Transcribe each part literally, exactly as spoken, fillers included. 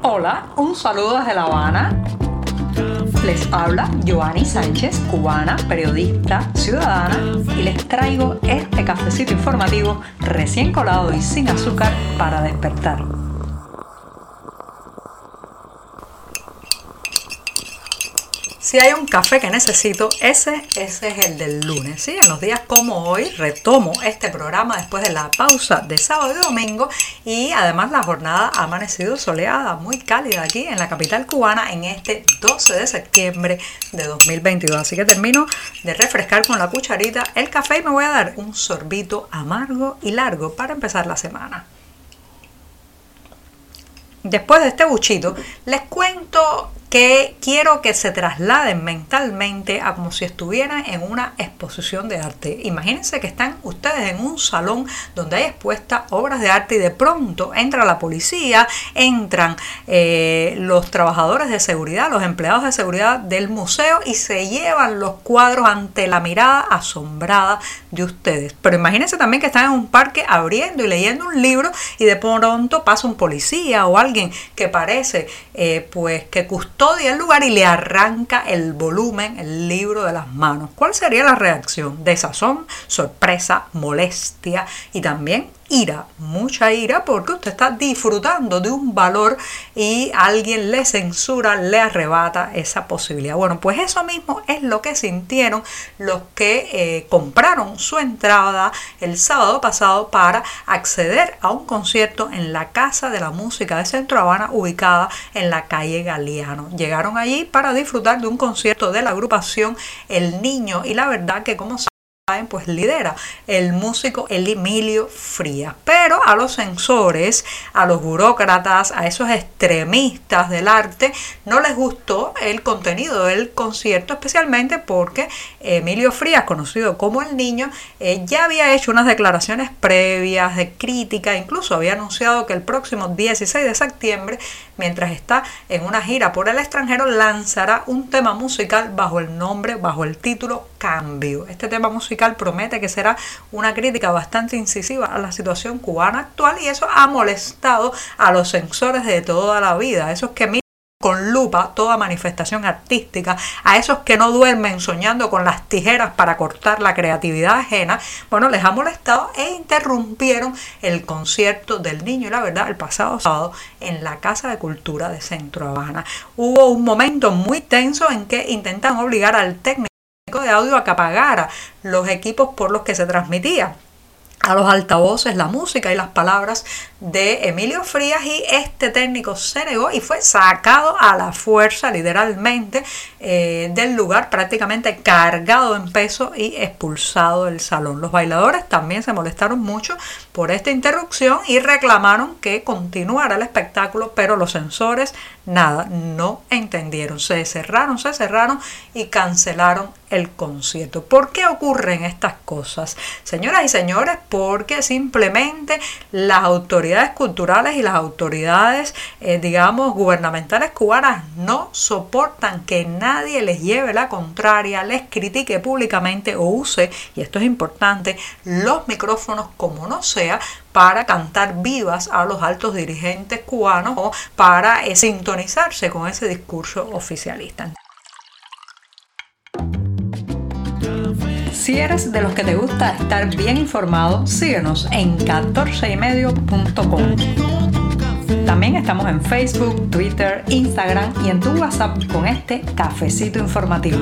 Hola, un saludo desde La Habana. Les habla Joanny Sánchez, cubana, periodista, ciudadana, y les traigo este cafecito informativo recién colado y sin azúcar para despertar. Si hay un café que necesito, ese, ese es el del lunes, ¿sí? En los días como hoy retomo este programa después de la pausa de sábado y domingo, y además la jornada ha amanecido soleada, muy cálida aquí en la capital cubana en este doce de septiembre de dos mil veintidós. Así que termino de refrescar con la cucharita el café y me voy a dar un sorbito amargo y largo para empezar la semana. Después de este buchito, les cuento que quiero que se trasladen mentalmente a como si estuvieran en una exposición de arte. Imagínense que están ustedes en un salón donde hay expuestas obras de arte y de pronto entra la policía, entran eh, los trabajadores de seguridad, los empleados de seguridad del museo y se llevan los cuadros ante la mirada asombrada de ustedes. Pero imagínense también que están en un parque abriendo y leyendo un libro y de pronto pasa un policía o alguien que parece eh, pues que custodia el lugar y le arranca el volumen, el libro de las manos. ¿Cuál sería la reacción? Desazón, sorpresa, molestia y también ira, mucha ira, porque usted está disfrutando de un valor y alguien le censura, le arrebata esa posibilidad. Bueno, pues eso mismo es lo que sintieron los que eh, compraron su entrada el sábado pasado para acceder a un concierto en la Casa de la Música de Centro Habana, ubicada en la calle Galeano. Llegaron allí para disfrutar de un concierto de la agrupación El Niño, y la verdad que como pues lidera el músico Emilio Frías. Pero a los censores, a los burócratas, a esos extremistas del arte, no les gustó el contenido del concierto, especialmente porque Emilio Frías, conocido como El Niño, eh, ya había hecho unas declaraciones previas de crítica, incluso había anunciado que el próximo dieciséis de septiembre, mientras está en una gira por el extranjero, lanzará un tema musical bajo el nombre, bajo el título Cambio. Este tema musical promete que será una crítica bastante incisiva a la situación cubana actual, y eso ha molestado a los censores de toda la vida, esos que miran con lupa toda manifestación artística, a esos que no duermen soñando con las tijeras para cortar la creatividad ajena. Bueno, les ha molestado e interrumpieron el concierto del Niño, y la verdad, el pasado sábado en la Casa de Cultura de Centro Habana. Hubo un momento muy tenso en que intentaron obligar al técnico de audio a que apagara los equipos por los que se transmitía a los altavoces la música y las palabras de Emilio Frías, y este técnico se negó y fue sacado a la fuerza, literalmente, eh, del lugar, prácticamente cargado en peso y expulsado del salón. Los bailadores también se molestaron mucho por esta interrupción y reclamaron que continuara el espectáculo, pero los censores nada, no entendieron, se cerraron, se cerraron y cancelaron el concierto. ¿Por qué ocurren estas cosas? Señoras y señores, porque simplemente las autoridades culturales y las autoridades, eh, digamos, gubernamentales cubanas no soportan que nadie les lleve la contraria, les critique públicamente o use, y esto es importante, los micrófonos como no sea, para cantar vivas a los altos dirigentes cubanos o para eh, sintonizarse con ese discurso oficialista. Si eres de los que te gusta estar bien informado, síguenos en catorce y medio punto com. También estamos en Facebook, Twitter, Instagram y en tu WhatsApp con este cafecito informativo.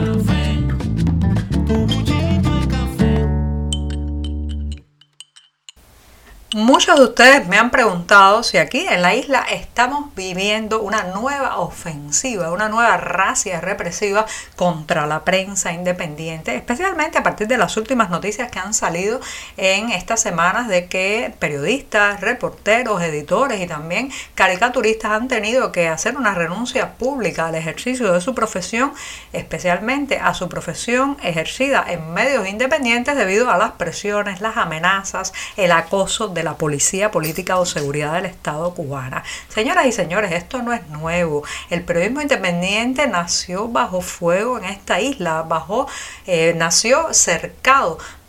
Muchos de ustedes me han preguntado si aquí en la isla estamos viviendo una nueva ofensiva, una nueva racia represiva contra la prensa independiente, especialmente a partir de las últimas noticias que han salido en estas semanas de que periodistas, reporteros, editores y también caricaturistas han tenido que hacer una renuncia pública al ejercicio de su profesión, especialmente a su profesión ejercida en medios independientes debido a las presiones, las amenazas, el acoso de la policía política o seguridad del Estado cubana. Señoras y señores, esto no es nuevo. El periodismo independiente nació bajo fuego en esta isla, bajo, eh, nació cercado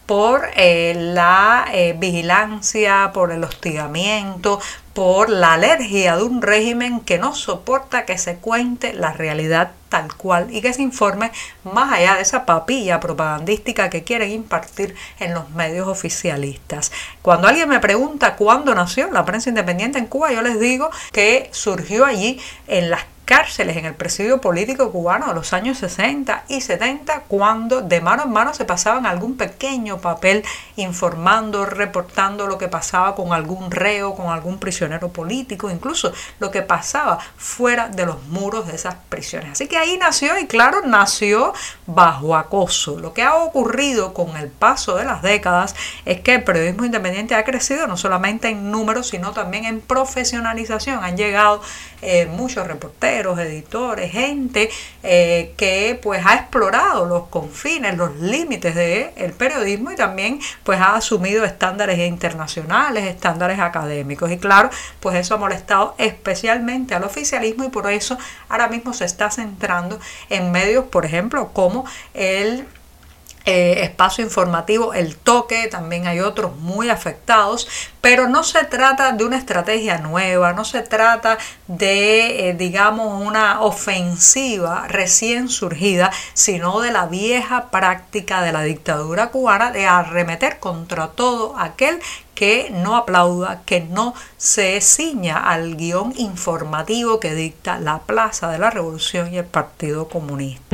por eh, la eh, vigilancia, por el hostigamiento, por la alergia de un régimen que no soporta que se cuente la realidad tal cual y que se informe más allá de esa papilla propagandística que quieren impartir en los medios oficialistas. Cuando alguien me pregunta cuándo nació la prensa independiente en Cuba, yo les digo que surgió allí en las cárceles, en el presidio político cubano de los años sesenta y setenta, cuando de mano en mano se pasaban algún pequeño papel informando, reportando lo que pasaba con algún reo, con algún prisionero político, incluso lo que pasaba fuera de los muros de esas prisiones. Así que ahí nació, y claro, nació bajo acoso. Lo que ha ocurrido con el paso de las décadas es que el periodismo independiente ha crecido no solamente en números, sino también en profesionalización. Han llegado eh, muchos reporteros, editores, gente eh, que pues ha explorado los confines, los límites del periodismo y también pues ha asumido estándares internacionales, estándares académicos, y claro, pues eso ha molestado especialmente al oficialismo, y por eso ahora mismo se está centrando en medios, por ejemplo, como el Eh, espacio informativo El Toque. También hay otros muy afectados, pero no se trata de una estrategia nueva, no se trata de, eh, digamos, una ofensiva recién surgida, sino de la vieja práctica de la dictadura cubana de arremeter contra todo aquel que no aplauda, que no se ciña al guión informativo que dicta la Plaza de la Revolución y el Partido Comunista.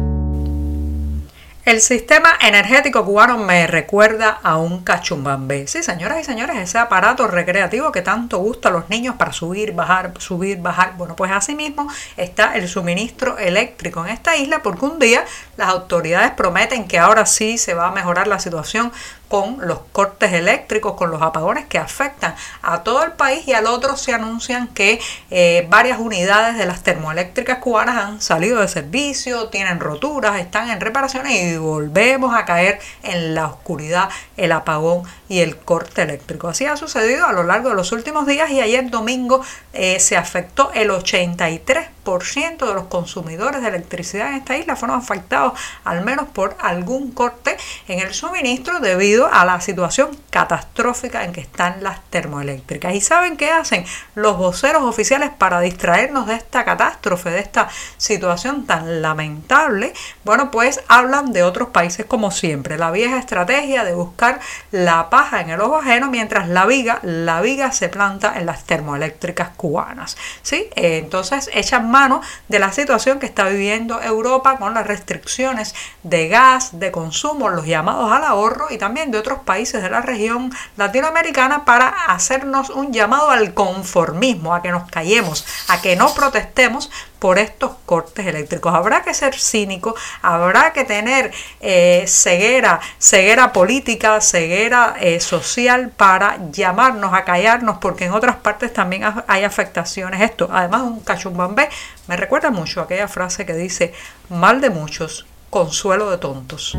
El sistema energético cubano me recuerda a un cachumbambé. Sí, señoras y señores, ese aparato recreativo que tanto gusta a los niños para subir, bajar, subir, bajar. Bueno, pues así mismo está el suministro eléctrico en esta isla, porque un día las autoridades prometen que ahora sí se va a mejorar la situación con los cortes eléctricos, con los apagones que afectan a todo el país, y al otro se anuncian que eh, varias unidades de las termoeléctricas cubanas han salido de servicio, tienen roturas, están en reparaciones, y volvemos a caer en la oscuridad, el apagón y el corte eléctrico. Así ha sucedido a lo largo de los últimos días, y ayer domingo eh, se afectó el ochenta y tres por ciento de los consumidores de electricidad en esta isla. Fueron afectados al menos por algún corte en el suministro debido a la situación catastrófica en que están las termoeléctricas. ¿Y saben qué hacen los voceros oficiales para distraernos de esta catástrofe, de esta situación tan lamentable? Bueno, pues hablan de otros países como siempre, la vieja estrategia de buscar la paja en el ojo ajeno, mientras la viga, la viga se planta en las termoeléctricas cubanas, ¿sí? Eh, entonces echan mano de la situación que está viviendo Europa con las restricciones de gas, de consumo, los llamados al ahorro, y también de otros países de la región latinoamericana, para hacernos un llamado al conformismo, a que nos callemos, a que no protestemos por estos cortes eléctricos. Habrá que ser cínico, habrá que tener eh, ceguera, ceguera política, ceguera eh, social para llamarnos a callarnos, porque en otras partes también hay afectaciones. Esto, además de un cachumbambé, me recuerda mucho a aquella frase que dice: mal de muchos, consuelo de tontos.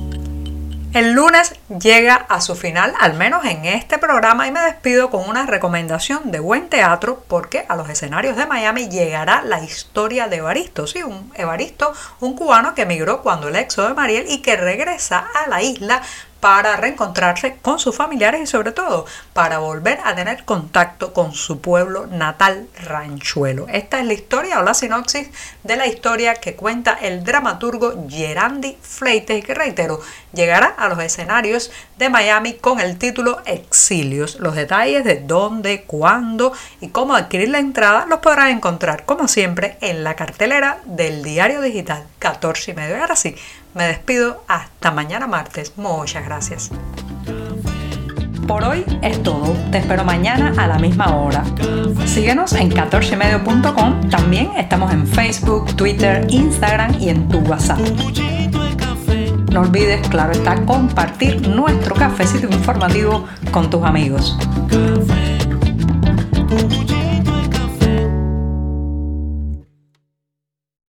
El lunes llega a su final, al menos en este programa, y me despido con una recomendación de buen teatro, porque a los escenarios de Miami llegará la historia de Evaristo. Sí, un Evaristo, un cubano que emigró cuando el éxodo de Mariel y que regresa a la isla para reencontrarse con sus familiares y sobre todo para volver a tener contacto con su pueblo natal ranchuelo. Esta es la historia o la sinopsis de la historia que cuenta el dramaturgo Gerandi Fleites y que, reitero, llegará a los escenarios de Miami con el título Exilios. Los detalles de dónde, cuándo y cómo adquirir la entrada los podrán encontrar, como siempre, en la cartelera del diario digital catorce y medio. Y ahora sí, me despido hasta mañana martes. Muchas gracias. Por hoy es todo. Te espero mañana a la misma hora. Síguenos en catorce y medio punto com. También estamos en Facebook, Twitter, Instagram y en tu WhatsApp. No olvides, claro está, compartir nuestro cafecito informativo con tus amigos.